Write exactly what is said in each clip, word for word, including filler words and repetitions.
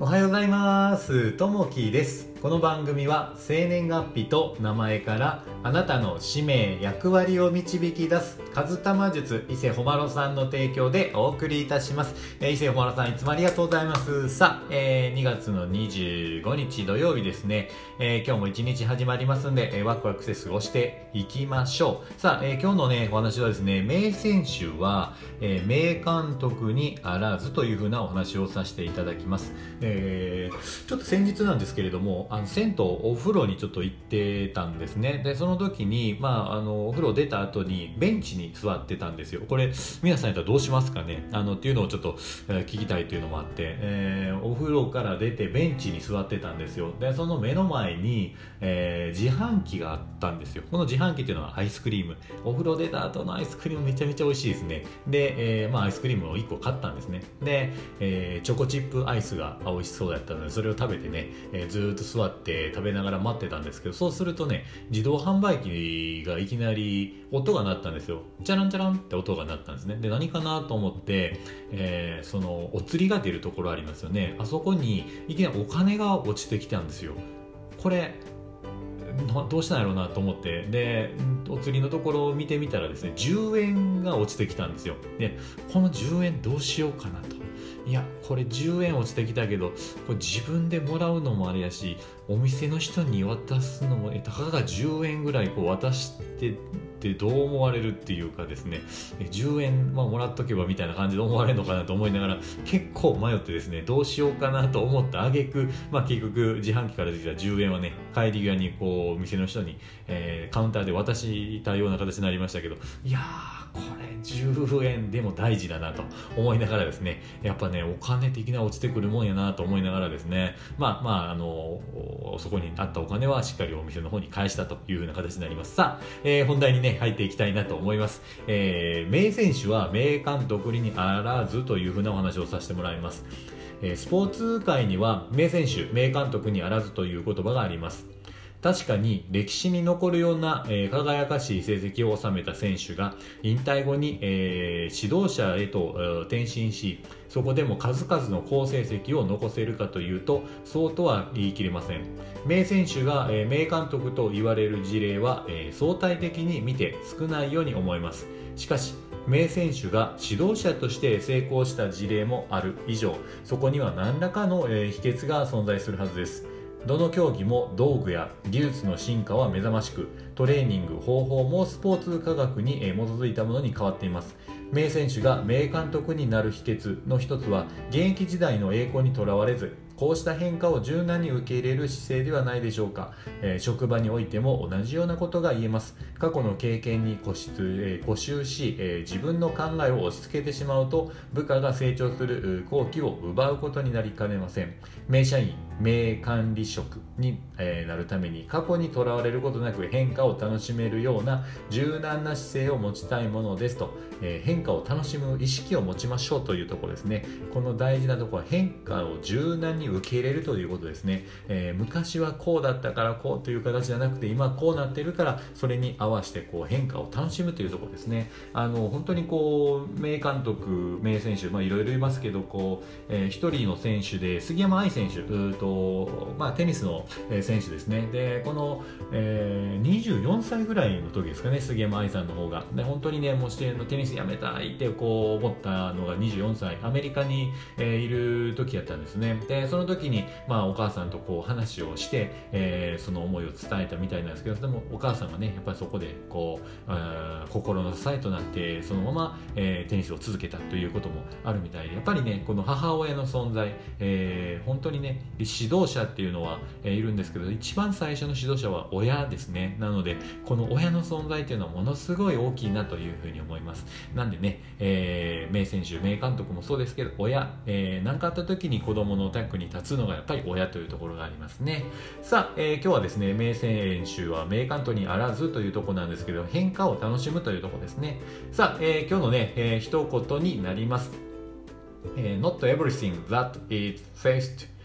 おはようございます。ともきです。この番組は生年月日と名前からあなたの使命役割を導き出すカズタマ術伊勢ほまろさんの提供でお送りいたします。えー、伊勢ほまろさんいつもありがとうございます。さあ、えー、にがつのにじゅうごにち土曜日ですね、えー、今日も一日始まりますんで、えー、ワクワクして過ごしていきましょう。さあ、えー、今日のねお話はですね、名選手は、えー、名監督にあらずというふうなお話をさせていただきます。えー、ちょっと先日なんですけれども、あの銭湯お風呂にちょっと行ってたんですね。でその時に、まあ、あのお風呂出た後にベンチに座ってたんですよ。これ皆さんやったらどうしますかね、あのっていうのをちょっと、えー、聞きたいというのもあって、えー、お風呂から出てベンチに座ってたんですよ。でその目の前に、えー、自販機があったんですよ。この自販機っていうのはアイスクリーム、お風呂出た後のアイスクリームめちゃめちゃ美味しいですね。で、えーまあ、アイスクリームをいっこ買ったんですね。で、えー、チョコチップアイスが美味しそうだったのでそれを食べてね、えー、ずーっと座って食べながら待ってたんですけど、そうするとね、自動販売機がいきなり音が鳴ったんですよ。チャランチャランって音が鳴ったんですね。で何かなと思って、えー、そのお釣りが出るところありますよね。あそこにいきなりお金が落ちてきたんですよ。これどうしたんやろうなと思って、でお釣りのところを見てみたらですね、じゅうえんが落ちてきたんですよ。でこのじゅうえんどうしようかなと。いやこれじゅうえん落ちてきたけど、これ自分でもらうのもあれやし、お店の人に渡すのも、えたかがじゅうえんぐらいこう渡してってどう思われるっていうかですね、えじゅうえん、まあ、もらっとけばみたいな感じで思われるのかなと思いながら結構迷ってですね、どうしようかなと思った挙句、まあ、結局自販機から出てきたじゅうえんはね、帰り際にこう店の人に、えー、カウンターで渡したような形になりましたけど、いやーこれじゅうえんでも大事だなと思いながらですね、やっぱねお金的な落ちてくるもんやなと思いながらですね、まあまああのそこにあったお金はしっかりお店の方に返したという風な形になります。さあ、えー、本題にね入っていきたいなと思います。えー、名選手は名監督にあらずという風なお話をさせてもらいます。えー、スポーツ界には名選手名監督にあらずという言葉があります。確かに歴史に残るような、えー、輝かしい成績を収めた選手が引退後に、えー、指導者へと、えー、転身し、そこでも数々の好成績を残せるかというとそうとは言い切れません。名選手が、えー、名監督と言われる事例は、えー、相対的に見て少ないように思います。しかし名選手が指導者として成功した事例もある以上、そこには何らかの、えー、秘訣が存在するはずです。どの競技も道具や技術の進化は目覚ましく、トレーニング方法もスポーツ科学に基づいたものに変わっています。名選手が名監督になる秘訣の一つは、現役時代の栄光にとらわれず、こうした変化を柔軟に受け入れる姿勢ではないでしょうか。えー、職場においても同じようなことが言えます。過去の経験に固執、えー、固執し、えー、自分の考えを押し付けてしまうと、部下が成長する好機を奪うことになりかねません。名社員、名管理職に、えー、なるために過去にとらわれることなく変化を楽しめるような柔軟な姿勢を持ちたいものですと、えー、変化を楽しむ意識を持ちましょうというところですね。この大事なところは変化を柔軟に受け入れるということですね。えー、昔はこうだったからこうという形じゃなくて、今こうなっているからそれに合わせてこう変化を楽しむというところですね。あの本当にこう名監督、名選手、まあいろいろいますけど、こう、えー、一人の選手で杉山愛選手、うとまあテニスの選手ですね。でこの、えー、にじゅうよんさいぐらいの時ですかね、杉山愛さんの方が。で本当にね、もうしてテニスやめたいってこう思ったのがにじゅうよんさい、アメリカに、えー、いる時やったんですね。でその時に、まあ、お母さんとこう話をして、えー、その思いを伝えたみたいなんですけど、でもお母さんがねやっぱりそこでこう心の支えとなってそのまま、えー、テニスを続けたということもあるみたいで、やっぱりねこの母親の存在、えー、本当にね指導者っていうのは、えー、いるんですけど、一番最初の指導者は親ですね。なのでこの親の存在っていうのはものすごい大きいなというふうに思います。なんでね、えー、名選手名監督もそうですけど、親、えー、何かあった時に子供の役に立つのがやっぱり親というところがありますね。さあ、えー、今日はですね、名選手は名監督にあらずというところなんですけど、変化を楽しむというところですね。さあ、えー、今日のね、えー、一言になります。えー、Not everything that is faced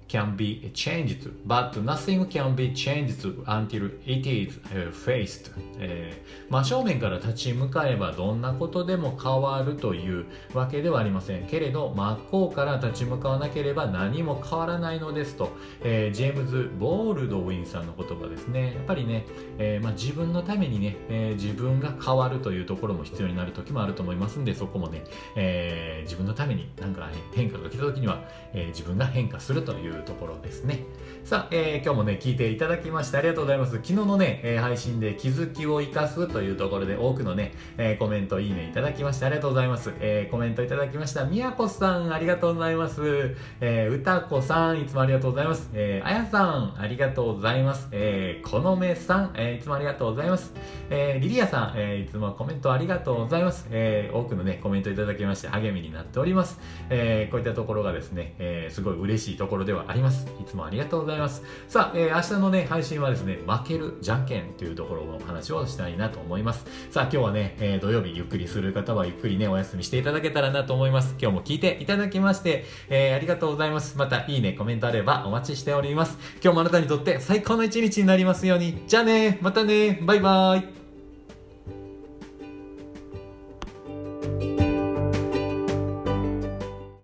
can be changed, but nothing can be changed until it is faced、えー、真正面から立ち向かえばどんなことでも変わるというわけではありませんけれど、真っ向から立ち向かわなければ何も変わらないのですと、えー、ジェームズ・ボールドウィンさんの言葉ですね。やっぱりね、えーまあ、自分のためにね、えー、自分が変わるというところも必要になる時もあると思いますんで、そこもね、えー、自分のために何か変化が来た時には、えー、自分が変化するというところですね。さあ、えー、今日もね聞いていただきましてありがとうございます。昨日のね、えー、配信で気づきを生かすというところで多くのね、えー、コメントいいねいただきましてありがとうございます。えー、コメントいただきましたみやこさんありがとうございます。えー、うたこさんいつもありがとうございます。えー、あやさんありがとうございます。えー、このめさん、えー、いつもありがとうございます。えー、リリアさん、えー、いつもコメントありがとうございます。えー、多くのねコメントいただきまして励みになっております。えー、こういったところがですね、えー、すごい嬉しいところではあります。いつもありがとうございます。さあ、えー、明日のね配信はですね、負けるじゃんけんというところの話をしたいなと思います。さあ、今日はね、えー、土曜日ゆっくりする方はゆっくりねお休みしていただけたらなと思います。今日も聞いていただきまして、えー、ありがとうございます。またいいねコメントあればお待ちしております。今日もあなたにとって最高の一日になりますように。じゃあね、またね、バイバイ。